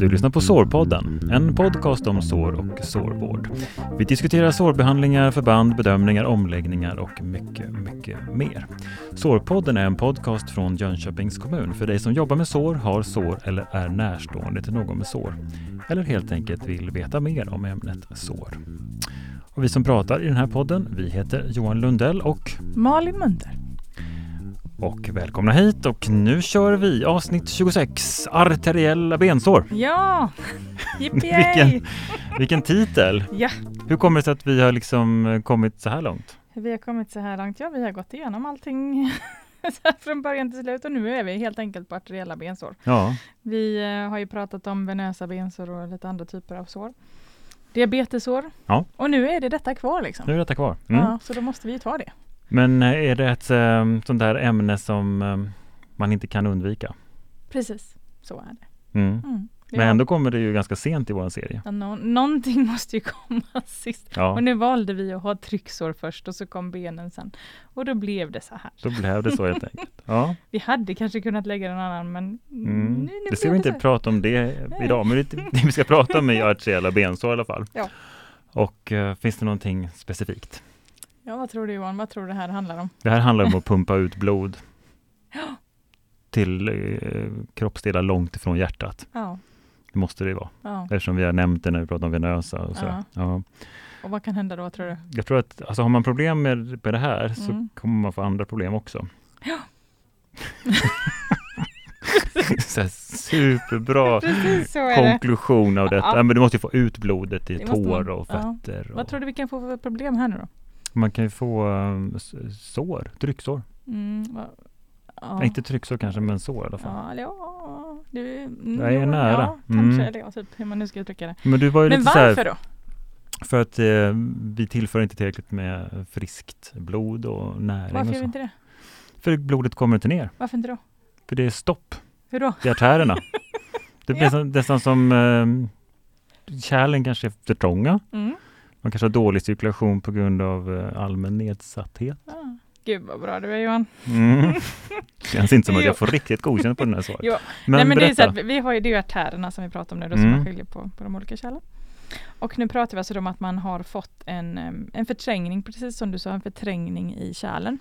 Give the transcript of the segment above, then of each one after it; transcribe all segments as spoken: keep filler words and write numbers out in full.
Du lyssnar på Sårpodden, en podcast om sår och sårvård. Vi diskuterar sårbehandlingar, förband, bedömningar, omläggningar och mycket, mycket mer. Sårpodden är en podcast från Jönköpings kommun för dig som jobbar med sår, har sår eller är närstående till någon med sår. Eller helt enkelt vill veta mer om ämnet sår. Och vi som pratar i den här podden, vi heter Johan Lundell och Malin Munter. Och välkomna hit, och nu kör vi avsnitt tjugosex, arteriella bensår. Ja, vilken, vilken titel. Ja. Hur kommer det sig att vi har liksom kommit så här långt? Vi har kommit så här långt, ja vi har gått igenom allting från början till slut och nu är vi helt enkelt på arteriella bensår. Ja. Vi uh, har ju pratat om venösa bensår och lite andra typer av sår. Diabetesår. Ja. Och nu är det detta kvar liksom. Nu är detta kvar. Mm. Ja, så då måste vi ju ta det. Men är det ett um, sånt där ämne som um, man inte kan undvika? Precis, så är det. Mm. Mm. Men ändå kommer det ju ganska sent i vår serie. Ja, no- någonting måste ju komma sist. Ja. Och nu valde vi att ha trycksår först och så kom benen sen. Och då blev det så här. Då blev det så helt enkelt. Ja. Vi hade kanske kunnat lägga den annan, men Mm. nu, nu det ska vi inte så. prata om det Nej. idag, men det, det vi ska prata om är arteriella bensår i alla fall. Ja. Och uh, finns det någonting specifikt? Ja, vad tror du Johan? Vad tror du det här handlar om? Det här handlar om att pumpa ut blod Ja. till uh, kroppsdelar långt ifrån hjärtat. Ja. Det måste det vara. Ja. Eftersom vi har nämnt det när vi pratar om venösa och så. Ja. Ja. Och vad kan hända då, tror du? Jag tror att alltså, har man problem med, med det här mm. så kommer man få andra problem också. Ja. så superbra Precis, så konklusion av detta. Ja. Ja, men du måste ju få ut blodet i tår man, och fötter. Ja. Och... Vad tror du vi kan få för problem här nu då? Man kan ju få um, sår, trycksår. Mm, va, ja. Nej, inte trycksår kanske, men sår i alla fall. Ja, ja du, mm, jag är nära. Ja, mm. kanske är det, ja, typ, hur man nu ska uttrycka det. Men, du var ju men lite varför så här, då? För att eh, vi tillför inte tillräckligt med friskt blod och näring. Varför och gör så. vi inte det? För blodet kommer inte ner. Varför inte då? För det är stopp. Hur då? I artärerna. Det blir ja. nästan som eh, kärlen kanske är för trånga. Mm. Man kanske har dålig cirkulation på grund av eh, allmän nedsatthet. Ah. Gud vad bra du är, Johan. Mm. Det känns inte som att jag får riktigt godkänt på den här svaret. Jo. Men, Nej, men det är så berätta. att vi har ju det är artärerna som vi pratar om nu då, Mm. som man skiljer på, på de olika kärlen. Och nu pratar vi alltså om att man har fått en, en förträngning, precis som du sa, en förträngning i kärlen.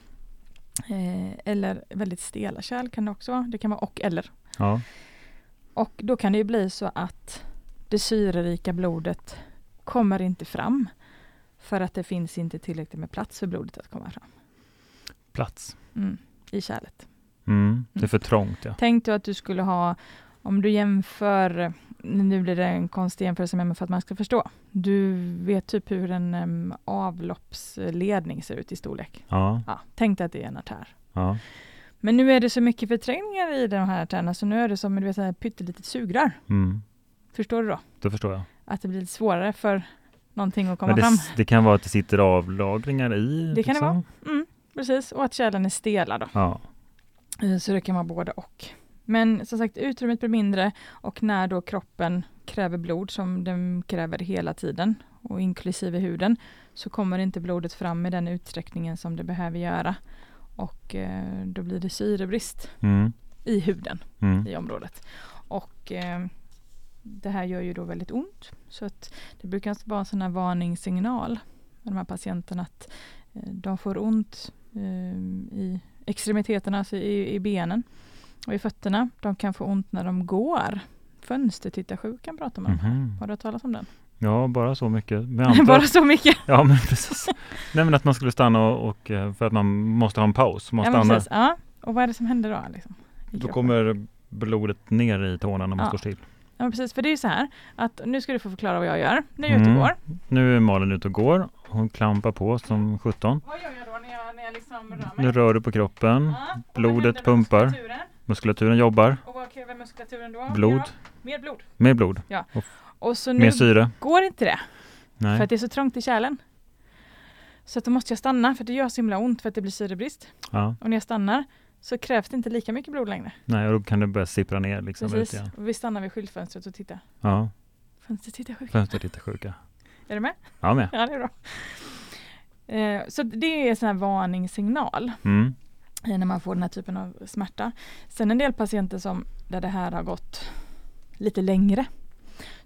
Eh, eller väldigt stela kärl kan det också vara. Det kan vara och eller. Ja. Och då kan det ju bli så att det syrerika blodet kommer inte fram. För att det finns inte tillräckligt med plats för blodet att komma fram. Plats. Mm, i kärlet. Mm. Det är för trångt, ja. Tänk du att du skulle ha, om du jämför, nu blir det en konstig jämförelse med för att man ska förstå. Du vet typ hur en um, avloppsledning ser ut i storlek. Ja. Ja, tänk dig att det är en artär. Ja. Men nu är det så mycket förträngningar i de här artärerna så nu är det som du vet, så här pyttelitet sugrör. Mm. Förstår du då? Då förstår jag. Att det blir lite svårare för någonting att komma Men det, fram. det kan vara att det sitter avlagringar i. Det kan liksom. det vara. Mm, precis. Och att kärlen är stela då. Ja. Så det kan vara både och. Men som sagt, utrymmet blir mindre och när då kroppen kräver blod som den kräver hela tiden och inklusive huden så kommer inte blodet fram i den utsträckningen som det behöver göra. Och eh, då blir det syrebrist Mm. i huden Mm. i området. Och eh, det här gör ju då väldigt ont. Så att det brukar vara en sån här varningssignal med de här patienterna att eh, de får ont eh, i extremiteterna, alltså i, i benen och i fötterna. De kan få ont när de går. Fönstertittarsjukan pratar man om. Mm-hmm. Har du hört talas om den? Ja, bara så mycket. Men antar... bara så mycket? Ja, men precis. Nej, men att man skulle stanna och, och för att man måste ha en paus. Man ja, stanna. precis. Ja. Och vad är det som händer då? Liksom, Då kommer blodet ner i tårna när man ja. står still. Ja, men precis. För det är ju så här att nu ska du få förklara vad jag gör. Nu är jag Mm. ute och går. Nu är Malin ute och går. Hon klampar på som sjutton. Vad gör jag då när jag, när jag liksom rör mig? Nu rör du på kroppen. Ja, och vad Blodet händer med pumpar. Muskulaturen? Muskulaturen jobbar. Och vad kräver muskulaturen då? Blod. Mer blod. Mer blod. Ja. Och Och så nu mer syre. går inte det. Nej. För att det är så trångt i kärlen. Så att då måste jag stanna för det gör så himla ont för att det blir syrebrist. Ja. Och när jag stannar så krävs det inte lika mycket blod längre. Nej, och då kan det börja sippra ner liksom ut Precis. igen. Och vi stannar vid skyltfönstret och tittar. Ja. Fönstret tittar sjukt. Fönstret tittar sjuka. Är du med? Ja, med. Ja, det är bra. Eh, så det är en sån här varningssignal. Mm. När man får den här typen av smärta. Sen en del patienter som där det här har gått lite längre.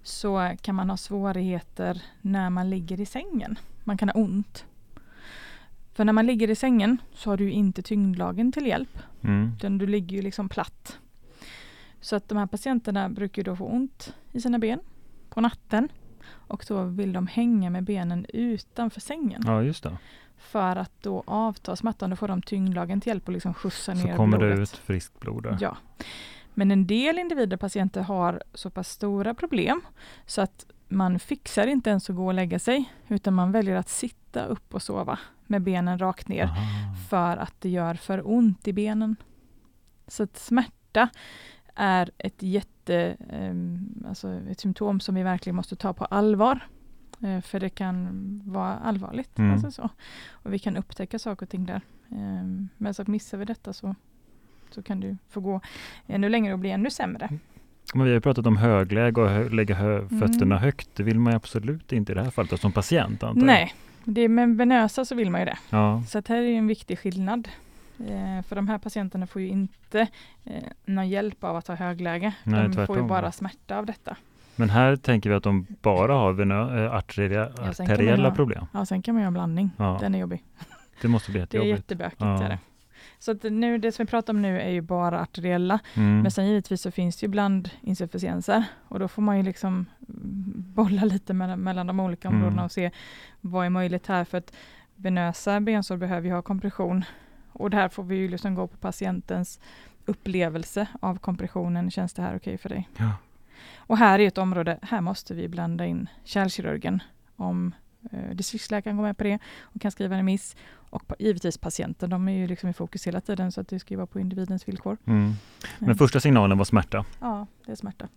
så kan man ha svårigheter när man ligger i sängen. Man kan ha ont. För när man ligger i sängen så har du ju inte tyngdlagen till hjälp. Mm. Utan du ligger ju liksom platt. Så att de här patienterna brukar ju då få ont i sina ben på natten. Och då vill de hänga med benen utanför sängen. Ja, just det. För att då avta smärtan. Då får de tyngdlagen till hjälp och liksom skjutsa ner blodet. Så kommer det ut friskt blod där. Ja. Men en del individer, patienter, har så pass stora problem så att man fixar inte ens att gå och lägga sig. Utan man väljer att sitta upp och sova med benen rakt ner. Aha. För att det gör för ont i benen. Så att smärta är ett jätte, um, alltså ett symptom som vi verkligen måste ta på allvar. Uh, för det kan vara allvarligt. Mm. Alltså så. Och vi kan upptäcka saker och ting där. Um, men så att missar vi detta så, så kan du få gå ännu längre och bli ännu sämre. Men vi har ju pratat om högläge och hö- lägga hö- fötterna Mm. högt. Det vill man ju absolut inte i det här fallet då, som patient, antar jag. Nej, det, med venösa så vill man ju det. Ja. Så att här är en viktig skillnad. Eh, för de här patienterna får ju inte eh, någon hjälp av att ha högläge. Nej, de tvärtom. får ju bara smärta av detta. Men här tänker vi att de bara har venö- äh, arteria- Ja, sen kan man arteriella ha- problem. Ja, sen kan man göra en blandning. Ja. Den är jobbig. Det måste bli Det är jättejobbigt. jättebökigt. Ja. Är det. Så att nu, det som vi pratar om nu är ju bara arteriella. Mm. Men sen givetvis så finns det ju ibland insufficienser. Och då får man ju liksom bolla lite mellan, mellan de olika områdena Mm. och se vad är möjligt här. För att venösa bensår behöver ju ha kompression. Och det här får vi ju liksom gå på patientens upplevelse av kompressionen. Känns det här okej för dig? Ja. Och här är ett område, här måste vi blanda in kärlkirurgen om eh, distriktsläkaren går med på det och kan skriva en remiss. Och pa- givetvis patienten, de är ju liksom i fokus hela tiden så att det ska ju vara på individens villkor. Mm. Men Mm. första signalen var smärta. Ja, det är smärta.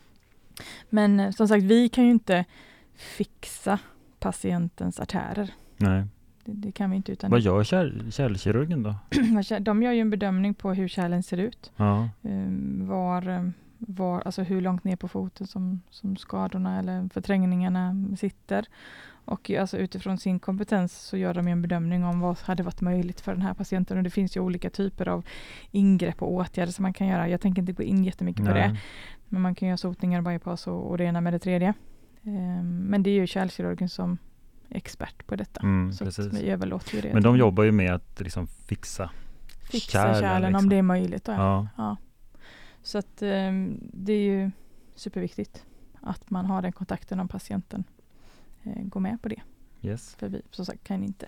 Men eh, som sagt, vi kan ju inte fixa patientens artärer. Nej. Det, det kan vi inte. Utan Vad gör kärl- kärlkirurgen då? de gör ju en bedömning på hur kärlen ser ut. Ja. Um, var, um, var, alltså hur långt ner på foten som, som skadorna eller förträngningarna sitter. Och alltså utifrån sin kompetens så gör de en bedömning om vad hade varit möjligt för den här patienten. Och det finns ju olika typer av ingrepp och åtgärder som man kan göra. Jag tänker inte gå in jättemycket på Nej. det. Men man kan göra sotningar, bypass och, och det ena med det tredje. Um, men det är ju kärlkirurgen som är expert på detta. Mm, så att precis. vi överlåter ju det. Men de jobbar ju med att liksom fixa Fixa kärlen, kärlen liksom. om det är möjligt. Då, ja. Ja. Ja. Så att um, det är ju superviktigt att man har den kontakten om patienten eh, går med på det. Yes. För vi som sagt kan inte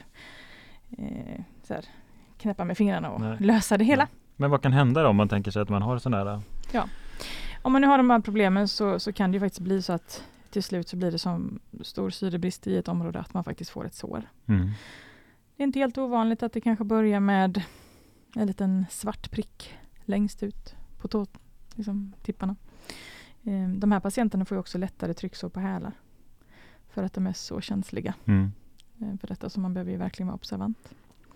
eh, så här, knäppa med fingrarna och Nej. lösa det hela. Men vad kan hända då om man tänker sig att man har sån här... Om man nu har de här problemen så, så kan det ju faktiskt bli så att till slut så blir det som stor syrebrist i ett område att man faktiskt får ett sår. Mm. Det är inte helt ovanligt att det kanske börjar med en liten svart prick längst ut på tå, liksom, tipparna. Eh, de här patienterna får ju också lättare trycksår på hälar för att de är så känsliga Mm. eh, för detta, så man behöver ju verkligen vara observant.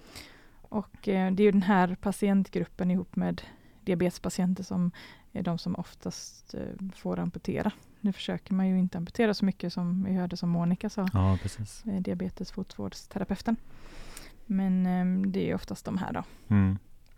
Och eh, det är ju den här patientgruppen ihop med diabetespatienter som är de som oftast eh, får amputera. Nu försöker man ju inte amputera så mycket som vi hörde som Monica sa, Ja, precis. eh, diabetesfotvårdsterapeuten. Men eh, det är oftast de här då. Mm.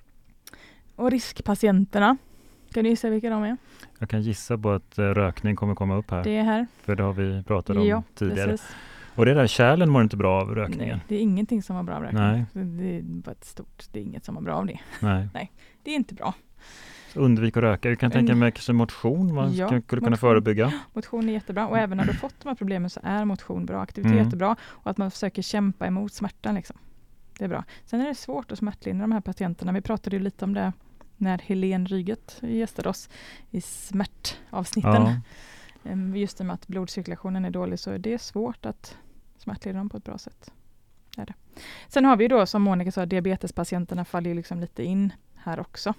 Och riskpatienterna, kan du gissa vilka de är? Jag kan gissa på att eh, rökning kommer komma upp här. Det är här. För det har vi pratat om Ja, tidigare. precis. Och det där kärlen mår inte bra av rökningen. Nej, det är ingenting som var bra av rökning. Nej. Det är bara ett stort, det är inget som var bra av det. Nej. Det är inte bra. Så undvik att röka. Jag kan tänka Mm. mig kanske motion man Ja, skulle kunna motion. förebygga. Motion är jättebra och även när du fått de här problemen så är motion bra. Aktivitet Mm. är bra och att man försöker kämpa emot smärtan. Liksom. Det är bra. Sen är det svårt att smärtlindra de här patienterna. Vi pratade ju lite om det när Helene Ryget gästade oss i smärtavsnitten. Ja. Ehm, Just det med att blodcirkulationen är dålig så det är svårt att smärtlindra dem på ett bra sätt. Det är det. Sen har vi ju då, som Monica sa, diabetespatienterna faller ju liksom lite in här också.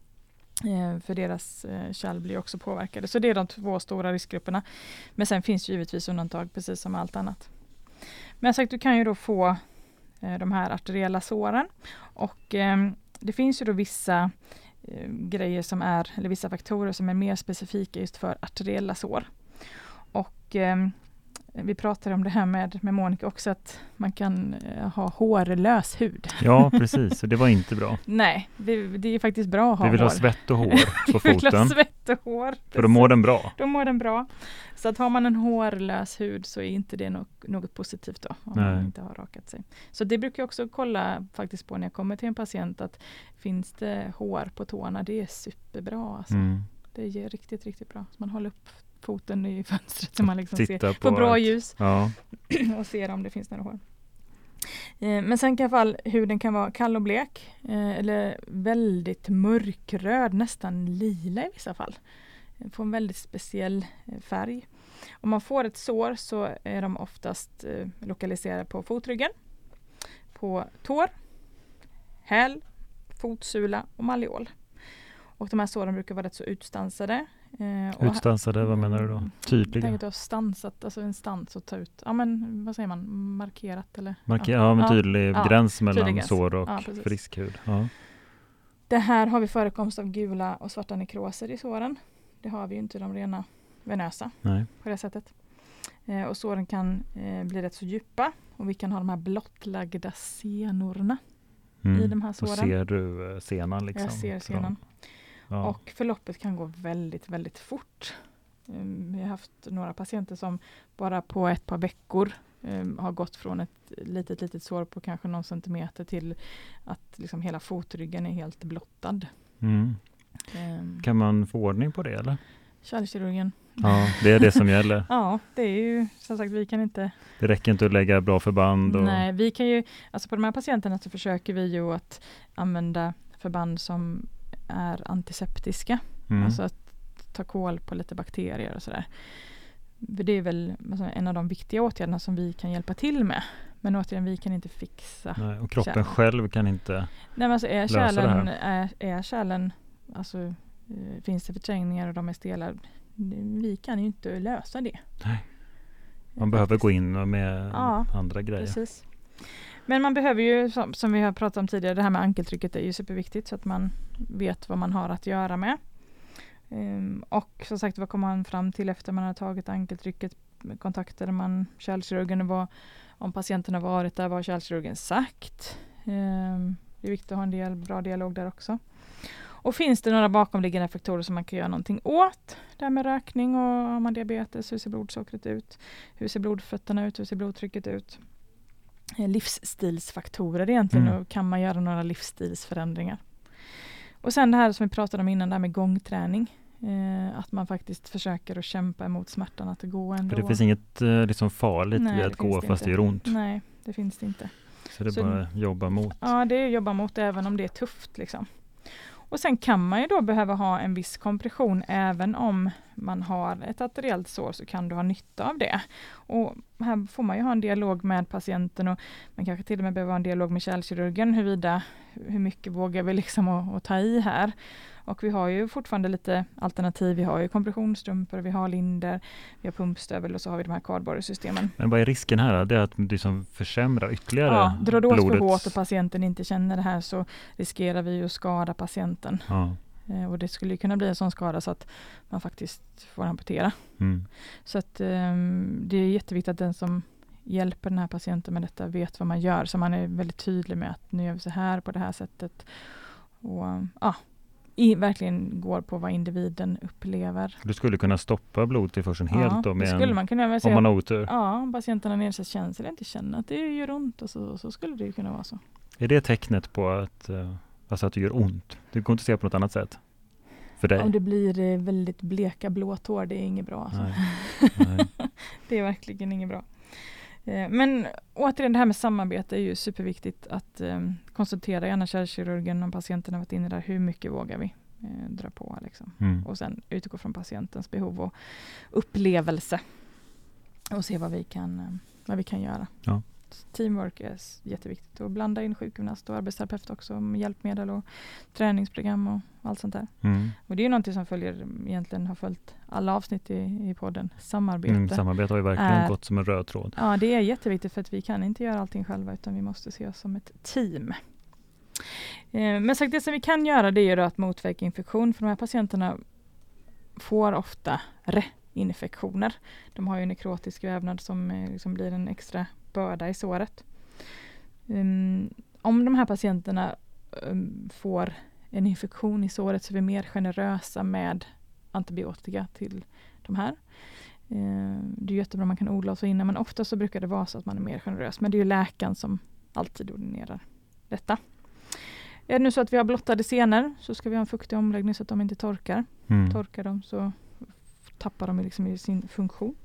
Eh, för deras eh, kärl blir också påverkade. Så det är de två stora riskgrupperna. Men sen finns ju givetvis undantag precis som allt annat. Men sagt, du kan ju då få eh, de här arteriella såren. Och eh, det finns ju då vissa eh, grejer som är, eller vissa faktorer som är mer specifika just för arteriella sår. Och eh, vi pratade om det här med, med Monica också, att man kan eh, ha hårlös hud. Ja, precis. Så det var inte bra. Nej, det, det är faktiskt bra att ha Vi vill hår. ha svett och hår på Vi vill ha foten. svett inte hår. För då mår den bra. Då mår den bra. Så att har man en hårlös hud så är inte det något, något positivt då. Om Nej. man inte har rakat sig. Så det brukar jag också kolla faktiskt på när jag kommer till en patient. Att finns det hår på tårna, det är superbra. Alltså. Mm. Det är riktigt, riktigt bra. Så man håller upp foten i fönstret så man liksom ser, på får bra ett, ljus. Ja. Och ser om det finns några hår. Men sen kan i alla fall huden kan vara kall och blek eller väldigt mörkröd, nästan lila i vissa fall. Får en väldigt speciell färg. Om man får ett sår så är de oftast lokaliserade på fotryggen, på tår, häl, fotsula och malleol. Och de här såren brukar vara rätt så utstansade. Eh, utstansade, vad menar du då? Tydliga? Jag tänker stansat, alltså en stans att ta ut. Ja men vad säger man? Markerat eller? Marker, ja, ja men tydlig ja, gräns mellan tydlig gräns. Sår och ja, frisk hud. Ja. Det här har vi förekomst av gula och svarta nekroser i såren. Det har vi ju inte de rena venösa. Nej. På det sättet. Eh, och såren kan eh, bli rätt så djupa. Och vi kan ha de här blottlagda senorna mm. i de här såren. Och ser du senan liksom? Jag ser senan. Ja. Och förloppet kan gå väldigt, väldigt fort. Um, vi har haft några patienter som bara på ett par veckor um, har gått från ett litet, litet sår på kanske någon centimeter till att liksom hela fotryggen är helt blottad. Mm. Um, kan man få ordning på det eller? Kärlkirurgen. Ja, det är det som gäller. Ja, det är ju som sagt, vi kan inte... Det räcker inte att lägga bra förband. Och... Nej, vi kan ju, alltså på de här patienterna så försöker vi ju att använda förband som är antiseptiska. Mm. Alltså att ta kål på lite bakterier och sådär. Det är väl alltså, en av de viktiga åtgärderna som vi kan hjälpa till med. Men återigen, vi kan inte fixa. Nej, och kroppen kärlen. Själv kan inte Nej, men alltså, är lösa kärlen, det här. Är, är kärlen, alltså finns det förträngningar och de är stela, vi kan ju inte lösa det. Nej. Man behöver gå in med ja, andra grejer. Precis. Men man behöver ju, som, som vi har pratat om tidigare, det här med ankeltrycket är ju superviktigt så att man vet vad man har att göra med. Um, och som sagt, vad kommer man fram till efter man har tagit ankeltrycket? Kontaktade man kärlkirurgen och vad, om patienten har varit där, vad har kärlkirurgen sagt? Um, det är viktigt att ha en del bra dialog där också. Och finns det några bakomliggande faktorer som man kan göra någonting åt? Det här med rökning och har man diabetes, hur ser blodsockret ut? Hur ser blodfetterna ut? Hur ser blodtrycket ut? Livsstilsfaktorer egentligen mm. och kan man göra några livsstilsförändringar. Och sen det här som vi pratade om innan, det här med gångträning. Eh, att man faktiskt försöker att kämpa emot smärtan att gå ändå. För det finns inget eh, liksom farligt Nej, vid att gå det fast det gör ont. Nej, det finns det inte. Så det är Så, bara att jobba mot. Ja, det är jobba mot även om det är tufft liksom. Och sen kan man ju då behöva ha en viss kompression även om man har ett arteriellt sår så kan du ha nytta av det. Och här får man ju ha en dialog med patienten och man kanske till och med behöver ha en dialog med kärlkirurgen huruvida hur mycket vågar vi liksom att, att ta i här. Och vi har ju fortfarande lite alternativ. Vi har ju kompressionsstrumpor, vi har linder, vi har pumpstövel och så har vi de här kardborresystemen. Men vad är risken här? Det är att det som försämrar ytterligare ja, drar du åt blodet. för hårt och patienten inte känner det här så riskerar vi ju att skada patienten. Ja. Eh, och det skulle ju kunna bli en sån skada så att man faktiskt får amputera. Mm. Så att eh, det är jätteviktigt att den som hjälper den här patienten med detta vet vad man gör. Så man är väldigt tydlig med att nu gör vi så här på det här sättet. Och ja, i, verkligen går på vad individen upplever. Du skulle kunna stoppa blodtillförseln helt ja, då med det skulle man kunna en, om man har otur. Ja, om patienten har nedsatt känns eller inte känner att det gör ont och så, så skulle det ju kunna vara så. Är det tecknet på att, alltså att det gör ont? Det går inte att se på något annat sätt? För dig? Om det blir väldigt bleka blåtår, det är inget bra. Alltså. Nej. Nej. Det är verkligen inget bra. Men återigen det här med samarbete är ju superviktigt att eh, konsultera gärna kärlkirurgen om patienten har varit inne där. Hur mycket vågar vi eh, dra på liksom. Mm. Och sen utgå från patientens behov och upplevelse och se vad vi kan, eh, vad vi kan göra. Ja. Teamwork är jätteviktigt och blanda in sjukgymnast och arbetsterapeut också med hjälpmedel och träningsprogram och allt sånt där. Mm. Och det är ju någonting som följer, egentligen har följt alla avsnitt i, i podden. Samarbete. Mm, samarbete har ju verkligen är, gått som en röd tråd. Ja, det är jätteviktigt för att vi kan inte göra allting själva utan vi måste se oss som ett team. Eh, men sagt, det som vi kan göra det är då att motverka infektion för de här patienterna får ofta reinfektioner. De har ju nekrotisk vävnad som eh, liksom blir en extra börda i såret. Um, om de här patienterna um, får en infektion i såret så är vi mer generösa med antibiotika till de här. Eh, det är jättebra, man kan odla och så innan, men ofta så brukar det vara så att man är mer generös. Men det är ju läkaren som alltid ordinerar detta. Är det nu så att vi har blottade senor så ska vi ha en fuktig omläggning så att de inte torkar. Mm. Torkar de så tappar de liksom i sin funktion.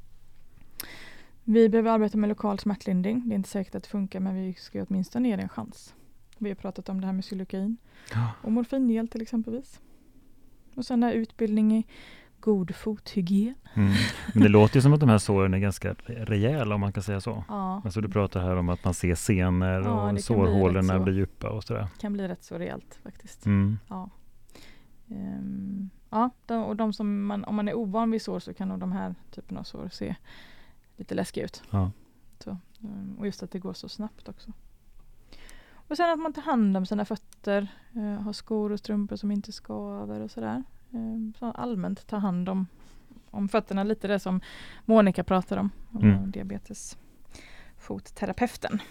Vi behöver arbeta med lokal smärtlindring. Det är inte säkert att det funkar, men vi ska åtminstone ge det en chans. Vi har pratat om det här med xylokain Ja. och morfingel till exempelvis. Och sen där utbildning i god fothygien. Mm. Men det låter ju som att de här såren är ganska rejäla, om man kan säga så. Ja, Alltså du pratar här om att man ser senor Ja, det kan och bli sårhålorna rätt så. blir djupa och sådär. det kan bli rätt så rejält faktiskt. Mm. Ja. Ehm, ja, de, och de som man, om man är ovan vid sår så kan nog de här typen av sår se lite läskiga ut. Ja. Så, ehm, och just att det går så snabbt också. Och sen att man tar hand om sina fötter, eh, har skor och strumpor som inte skaver och sådär. Ehm, så allmänt ta hand om, om fötterna, lite det som Monica pratar om, om Mm. diabetesfotterapeuten.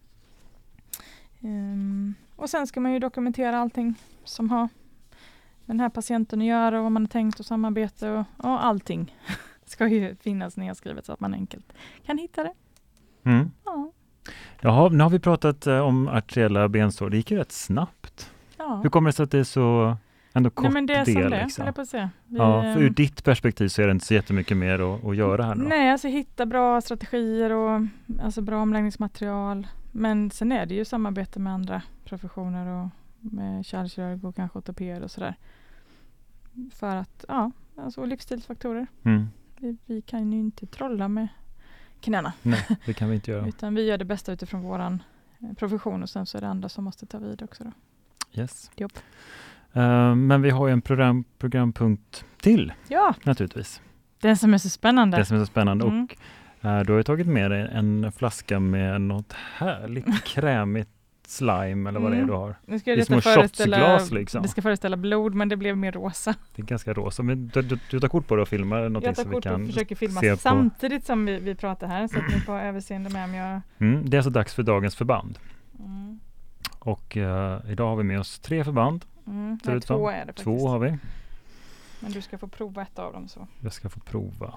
Ehm, och sen ska man ju dokumentera allting som har med den här patienten att göra och vad man har tänkt och samarbete och, och allting ska ju finnas nedskrivet så att man enkelt kan hitta det. Mm. Ja. Jaha, nu har vi pratat eh, om arteriella bensår. Det gick ju rätt snabbt. Ja. Hur kommer det sig att det är så ändå kort Nej, men det är som del? det, Liksom? höll jag på att säga. Vi, Ja, för ur ehm, ditt perspektiv så är det inte så jättemycket mer att, att göra här nu. då. Nej, alltså hitta bra strategier och alltså bra omläggningsmaterial. Men sen är det ju samarbete med andra professioner och med kärlkirurg och kanske ortoped och sådär. För att, ja, alltså livsstilsfaktorer. Mm. Vi, vi kan ju inte trolla med knäna. Nej, det kan vi inte göra. Utan vi gör det bästa utifrån våran eh, profession och sen så är det andra som måste ta vid också då. Yes. Jobb. Eh, men vi har ju en program, programpunkt till Ja, naturligtvis. det som är så spännande. Det som är så spännande. Mm. Och eh, du har ju tagit med dig en flaska med något härligt krämigt slime eller vad det är Mm. du har. Nu ska Det är det små föreställa, shotsglas liksom. det ska föreställa blod, men det blev mer rosa. Det är ganska rosa. Men du, du, du tar kort på det och filmar någonting Jag tar så vi kort och kan försöker filma se på. samtidigt som vi, vi pratar här, så att ni får överseende med om jag... Mm, det är alltså dags för dagens förband. Mm. Och eh, idag har vi med oss tre förband. Mm. Ser Nej, ut som. två är det faktiskt. Två har vi. Men du ska få prova ett av dem så. Jag ska få prova.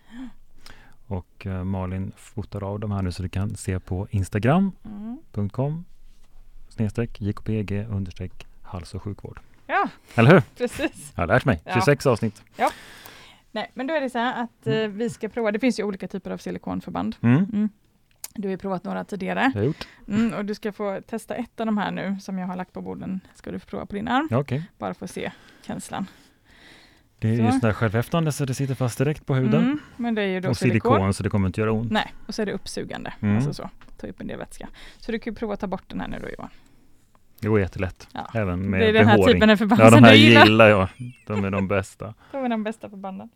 Och eh, Malin fotar av de här nu så du kan se på instagram punkt com snedstreck jkpg understreck hals och sjukvård. Ja, Eller hur? precis. Jag har lärt mig. Ja. tjugosex avsnitt. Nej, men då är det så här att eh, vi ska prova. Det finns ju olika typer av silikonförband. Mm, Mm. Du har ju provat några tidigare. det har jag gjort. Mm, och du ska få testa ett av de här nu som jag har lagt på borden. Ska du få prova på din arm. Ja, okej. Bara för att se känslan. Det är Så. ju sådär självhäftande så det sitter fast direkt på huden. Mm, men det är ju då Och silikon. silikon så det kommer inte göra ont. Nej, och så är det uppsugande. Mm. Alltså så. Ta upp en del vätska. Så du kan ju prova att ta bort den här nu då, Johan. Det går jättelätt. Ja. Även med Det är den här behåring. typen av förband Ja, de som här du gillar. gillar jag. De är de bästa. De är de bästa förbanden.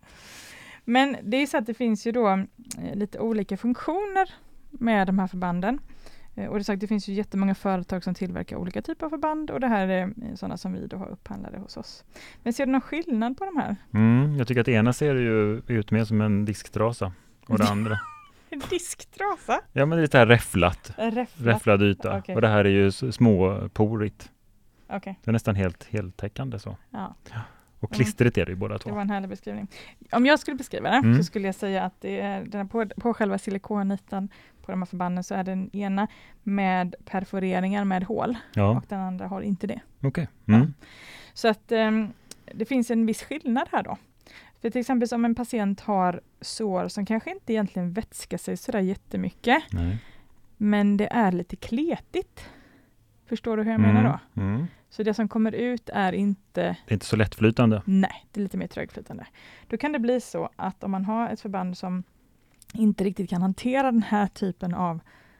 Men det är så att det finns ju då eh, lite olika funktioner med de här förbanden. Eh, och det, är sagt, det finns ju jättemånga företag som tillverkar olika typer av förband och det här är eh, sådana som vi då har upphandlade hos oss. Men ser du någon skillnad på de här? Mm, jag tycker att det ena ser ju ut mer som en disktrasa. Och det andra. En disktrasa? Ja, men det är lite här räfflat. Räfflat? Räfflad yta. Okej. Och det här är ju s- småporigt. Okej, Det är nästan helt heltäckande så. ja. Och Mm. klistrigt är det ju båda Det två. var en härlig beskrivning. Om jag skulle beskriva det Mm. så skulle jag säga att det är den här på, på själva silikonytan på de här förbanden så är den ena med perforeringar med hål Ja, och den andra har inte det. okej. Mm. Så att um, det finns en viss skillnad här då. För till exempel om en patient har sår som kanske inte egentligen vätskar sig sådär jättemycket, Nej. men det är lite kletigt. Förstår du hur jag Mm. menar då? Mm. Så det som kommer ut är inte, Det är inte så lättflytande. nej, det är lite mer trögflytande. Då kan det bli så att om man har ett förband som inte riktigt kan hantera den här typen av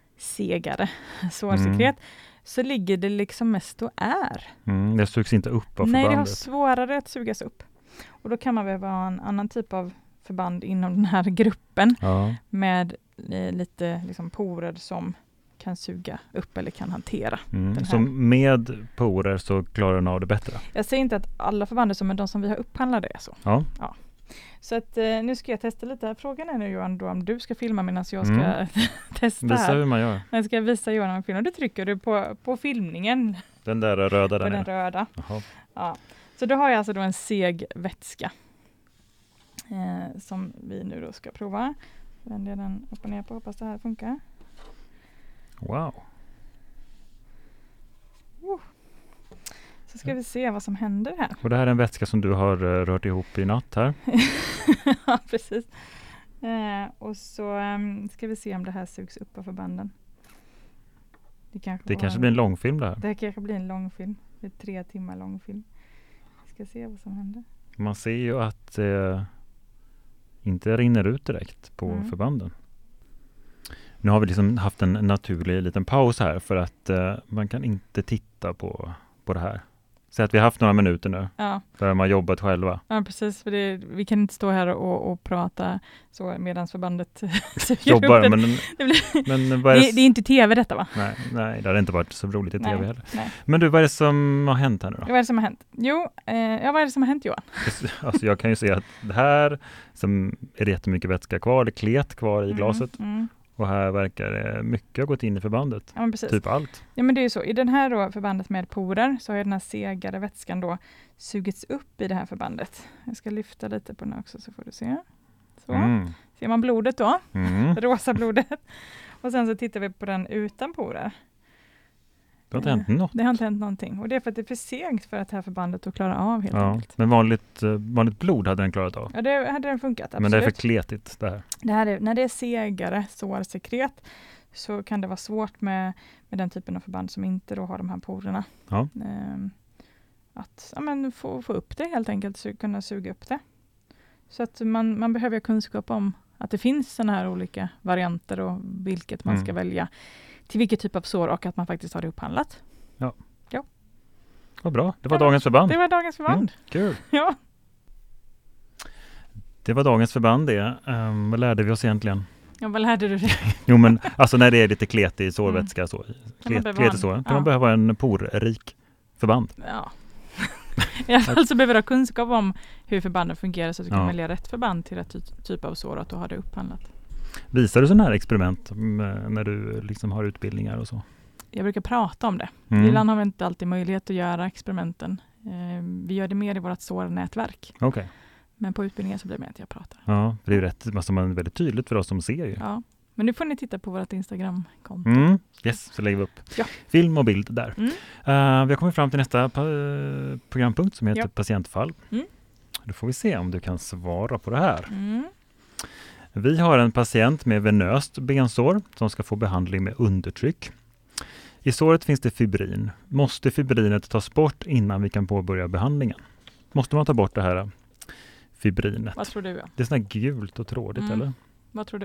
segare sårsekret, Mm. så ligger det liksom mest och är. Mm. Det sugs inte upp av Nej, det har förbandet. svårare att sugas upp. Och då kan man behöva ha en annan typ av förband inom den här gruppen Ja. med eh, lite liksom, porer som kan suga upp eller kan hantera. Mm. Den Så här. med porer så klarar den av det bättre. Jag säger inte att alla förband är så, men de som vi har upphandlade är så. Ja. Så att, eh, nu ska jag testa lite. Här. Frågan är nu Johan, då, om du ska filma medan jag ska Mm. testa Visa här. hur man gör. Jag ska visa Johan om filmen. Då trycker du på, på filmningen, Den där röda på där den nere. röda. Jaha. Ja. Så då har jag alltså då en seg vätska. eh, som vi nu då ska prova. Vänder jag den upp och ner på, hoppas det här funkar. Wow. Uh. Så ska vi se vad som händer här. Och det här är en vätska som du har uh, rört ihop i natt här. Ja, precis. Eh, och så um, ska vi se om det här sugs upp av förbanden. Det kanske, det kanske blir en långfilm där. Det kanske blir en långfilm. Det är tre timmar långfilm. Vi ska se vad som händer. Man ser ju att det eh, inte rinner ut direkt på mm. förbanden. Nu har vi liksom haft en naturlig liten paus här för att eh, man kan inte titta på, på det här. Så att vi har haft några minuter nu. Ja. Där de har jobbat själva. Ja, precis. För det, vi kan inte stå här och, och prata så medan förbandet jobbar. Men, det, blir, men vad är det, det, det är inte tv detta, va? Nej, nej, det har inte varit så roligt i nej, tv heller. Nej. Men du, vad är det som har hänt här nu då? Vad är det som har hänt? Jo, eh, ja, vad är det som har hänt, Johan? Alltså jag kan ju se att det här som är det jättemycket vätska kvar, det är klet kvar i Mm, glaset. Mm. Och här verkar det mycket ha gått in i förbandet. Ja, men precis. Typ allt. Ja, men det är ju så. I den här då, förbandet med porer så har den här segare vätskan då sugits upp i det här förbandet. Jag ska lyfta lite på den också så får du se. Så. Mm. Ser man blodet då? Mm. Rosa blodet. Och sen så tittar vi på den utan porer. Det har inte hänt något. Det har inte hänt någonting. Och det är för att det är för segt för att det här förbandet att klara av helt Ja, enkelt. men vanligt, vanligt blod hade den klarat av. Ja, det hade den funkat. Absolut. Men det är för kletigt det här. Det här är, när det är segare sårsekret så kan det vara svårt med, med den typen av förband som inte då har de här porerna. Ja. Ehm, att ja, men få, få upp det helt enkelt, så kunna suga upp det. Så att man, man behöver kunskap om att det finns sådana här olika varianter och vilket man Mm. ska välja till vilket typ av sår och att man faktiskt har det upphandlat. Ja. Ja. Vad bra. Det var Ja, dagens förband. Det var dagens förband. Mm, kul. Ja. Det var dagens förband det. Um, vad lärde vi oss egentligen? Ja, vad lärde du dig? Jo men alltså när det är lite kletig sårvätska mm. så. Klet, man kletig sår. Kan ja. man behöva en porrik förband. Ja. I alla fall så behöver du ha kunskap om hur förbanden fungerar så att du kan Ja. välja rätt förband till rätt ty- typ av sår att du har det upphandlat. Visar du sådana här experiment med, när du liksom har utbildningar och så? Jag brukar prata om det. Mm. Ibland har vi inte alltid möjlighet att göra experimenten. Eh, vi gör det mer i vårt sårnätverk. Okej. Okay. Men på utbildningen så blir det mer att jag pratar. Ja, det är ju rätt, alltså man är väldigt tydligt för oss som ser ju. Ja. Men nu får ni titta på vårt Instagram-konto. Mm. Yes, så lägger vi upp ja. film och bild där. Mm. Uh, vi har kommit fram till nästa pa- programpunkt som heter ja. patientfall. Mm. Då får vi se om du kan svara på det här. Mm. Vi har en patient med venöst bensår som ska få behandling med undertryck. I såret finns det fibrin. Måste fibrinet tas bort innan vi kan påbörja behandlingen? Måste man ta bort det här fibrinet? Vad tror du? Ja? Det är sånt här gult och trådigt, mm. eller? Vad tror du?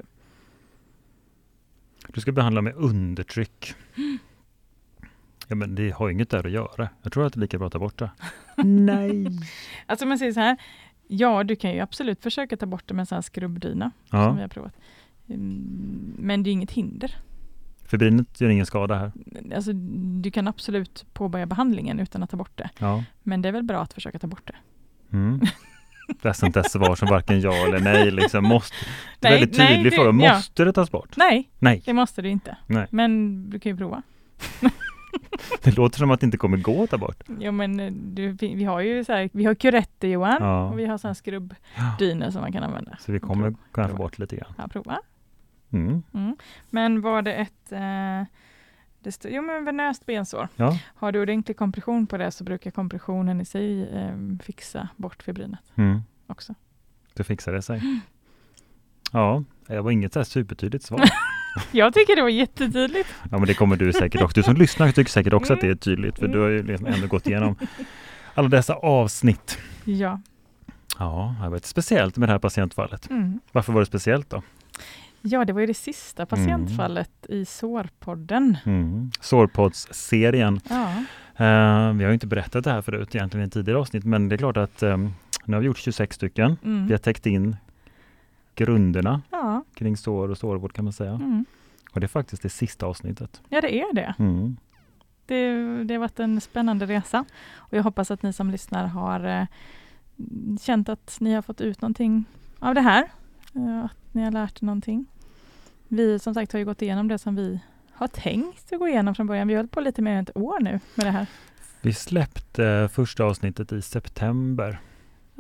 Du ska behandla med undertryck. Mm. Ja, men det har inget där att göra. Jag tror att det är lika bra att ta bort det. Nej. Alltså man säger så här. Ja, du kan ju absolut försöka ta bort det med en sån här skrubbdyna ja. som vi har provat. Mm, men det är inget hinder. Fibrinet gör ingen skada här. Alltså, du kan absolut påbörja behandlingen utan att ta bort det. Ja. Men det är väl bra att försöka ta bort det. Mm. Det är sånt där svar som varken ja eller nej. Liksom måste, det är nej, väldigt tydlig fråga. Måste ja. det tas bort? Nej, nej, det måste du inte. Nej. Men du kan ju prova. Det låter som att det inte kommer gå att ta bort. Ja, men du, vi, vi har ju så här, vi har kurette, Johan. Ja. Och vi har sån här skrubbdyner som man kan använda. Så vi kommer kunna få bort lite grann. Ja, prova. Mm. Mm. Men var det ett... Eh, det stod, jo, men venöst bensår. Ja. Har du ordentlig kompression på det så brukar kompressionen i sig eh, fixa bort fibrinet mm. också. Då fixar det sig. Mm. Ja, det var inget så här supertydligt svar. Jag tycker det var jättetydligt. Ja, men det kommer du säkert också. Du som lyssnar tycker säkert också mm. att det är tydligt. För mm. du har ju ändå gått igenom alla dessa avsnitt. Ja. Ja, det var ett speciellt med det här patientfallet. Mm. Varför var det speciellt då? Ja, det var ju det sista patientfallet mm. i Sårpodden. Mm. Sårpoddsserien. Ja. Uh, vi har ju inte berättat det här förut egentligen i tidigare avsnitt. Men det är klart att um, nu har vi gjort tjugosex stycken. Mm. Vi har täckt in grunderna ja. kring sår och sårvård kan man säga. Mm. Och det är faktiskt det sista avsnittet. Ja, det är det. Mm. Det, det har varit en spännande resa. Och jag hoppas att ni som lyssnar har eh, känt att ni har fått ut någonting av det här. Eh, att ni har lärt er någonting. Vi som sagt har ju gått igenom det som vi har tänkt att gå igenom från början. Vi har hållit på lite mer än ett år nu med det här. Vi släppte första avsnittet i september. Ja.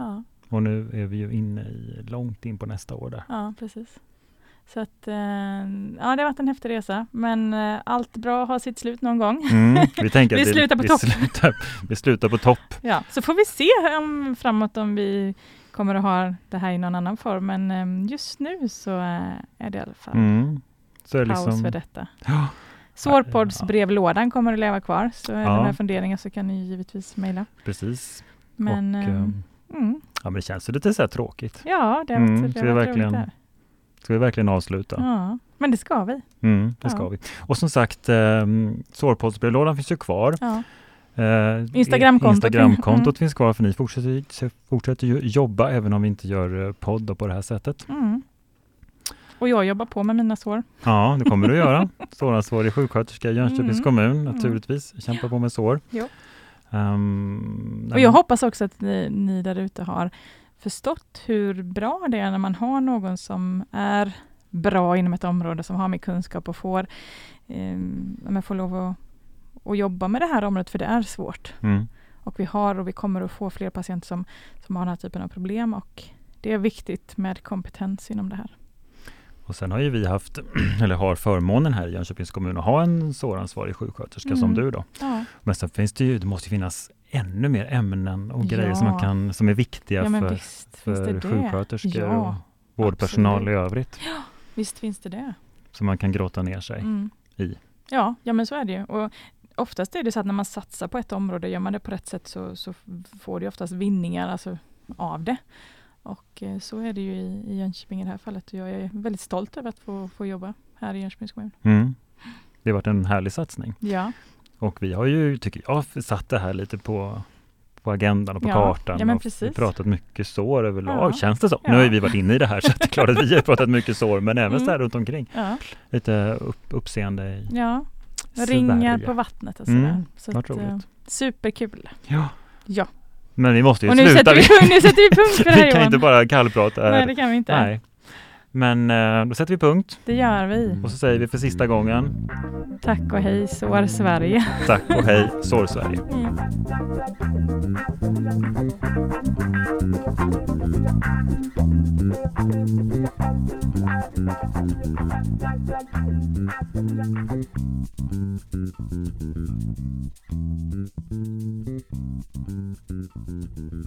Och nu är vi ju inne i långt in på nästa år där. Ja, precis. Så att, eh, ja, det har varit en häftig resa. Men eh, allt bra har sitt slut någon gång. Mm, vi tänker vi att slutar på vi topp. Slutar, vi slutar på topp. Ja, så får vi se om, framåt om vi kommer att ha det här i någon annan form. Men eh, just nu så eh, är det i alla fall Mm. Så är det paus liksom, för detta. ja. Sårpods Ja. brevlådan kommer att leva kvar. Så är Ja. det några funderingar så kan ni givetvis mejla. Precis. Men, och, eh, ehm, mm, ja, men det känns ju lite så här tråkigt. ja, det har Mm, varit, så det vi har varit verkligen- roligt där. Ska vi verkligen avsluta? Ja, men det ska vi. Mm, det Ja. ska vi. Och som sagt, eh, Sårpoddsbrevlådan finns ju kvar. Ja. Eh, Instagramkontot. Instagramkontot Mm. finns kvar för ni fortsätter, fortsätter ju jobba även om vi inte gör eh, podd på det här sättet. Mm. Och jag jobbar på med mina sår. Ja, det kommer du att göra. Såransvarig sjuksköterska i Jönköpings Mm. kommun, Mm. naturligtvis. Kämpar på med sår. Jo. Um, Och jag hoppas också att ni, ni där ute har förstått hur bra det är när man har någon som är bra inom ett område, som har med kunskap och får, eh, men får lov att, att jobba med det här området, för det är svårt. Mm. Och vi har och vi kommer att få fler patienter som, som har den här typen av problem, och det är viktigt med kompetens inom det här. Och sen har ju vi haft, eller har förmånen här i Jönköpings kommun att ha en såransvarig sjuksköterska Mm. som du då. Ja, Men sen finns det ju, det måste ju finnas ännu mer ämnen och grejer Ja. som, man kan, som är viktiga ja men för, visst finns det för det. sjuksköterskor Ja, och vårdpersonal absolut. i övrigt. Visst finns det det. Som man kan gråta ner sig Mm. i. Ja, ja, men så är det ju. Och oftast är det så att när man satsar på ett område, gör man det på rätt sätt, så, så får det oftast vinningar alltså, av det. Och eh, så är det ju i, i Jönköping i det här fallet. Och jag är väldigt stolt över att få, få jobba här i Jönköpings kommun. Mm. Det har varit en härlig satsning. Ja, Och vi har ju, tycker jag, satt det här lite på, på agendan och på Ja, kartan. ja, men och precis. vi pratat mycket sår överlag, Ja. känns det så. Ja. Nu har ju vi varit inne i det här så det är klart att vi har pratat mycket sår, men även Mm. så här runt omkring. ja, Lite upp, uppseende i ja. Sverige. Ringar på vattnet och Mm, sådär. Så vad att, eh, roligt. superkul. Ja, Ja, men vi måste ju och nu sluta. sätter, vi, Vi, nu sätter vi punkt för det här, vi kan Johan. inte bara kallprata här. Nej, det kan vi inte. Nej. Men eh, då sätter vi punkt Det gör vi. och så säger vi för sista gången Tack och hej, Sår Sverige. tack och hej, Sår Sverige. Mm. Mm.